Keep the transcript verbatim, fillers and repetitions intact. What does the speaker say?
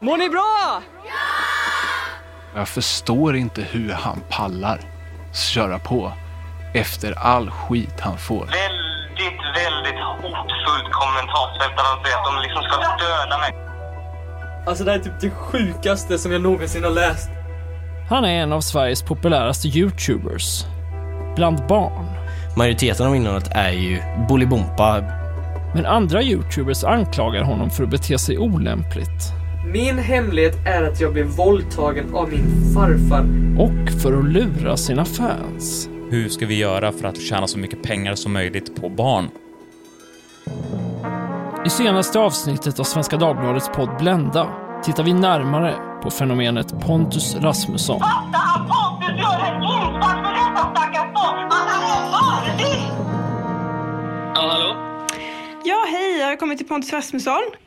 Mår ni bra? Jag förstår inte hur han pallar köra på efter all skit han får. Väldigt, väldigt hotfullt kommentarsfält där han säger att de liksom ska döda mig. Alltså det här är typ det sjukaste som jag någonsin har läst. Han är en av Sveriges populäraste YouTubers. Bland barn. Majoriteten av innehållet är ju Bolibompa. Men andra YouTubers anklagar honom för att bete sig olämpligt. Min hemlighet är att jag blev våldtagen av min farfar. Och för att lura sina fans. Hur ska vi göra för att tjäna så mycket pengar som möjligt på barn? I senaste avsnittet av Svenska Dagbladets podd Blända tittar vi närmare på fenomenet Pontus Rasmusson. Fatta att Pontus gör en insats för detta stackars barn! Han är en förebild! Ja, hallå? Ja, hej, jag har kommit till Pontus Rasmusson.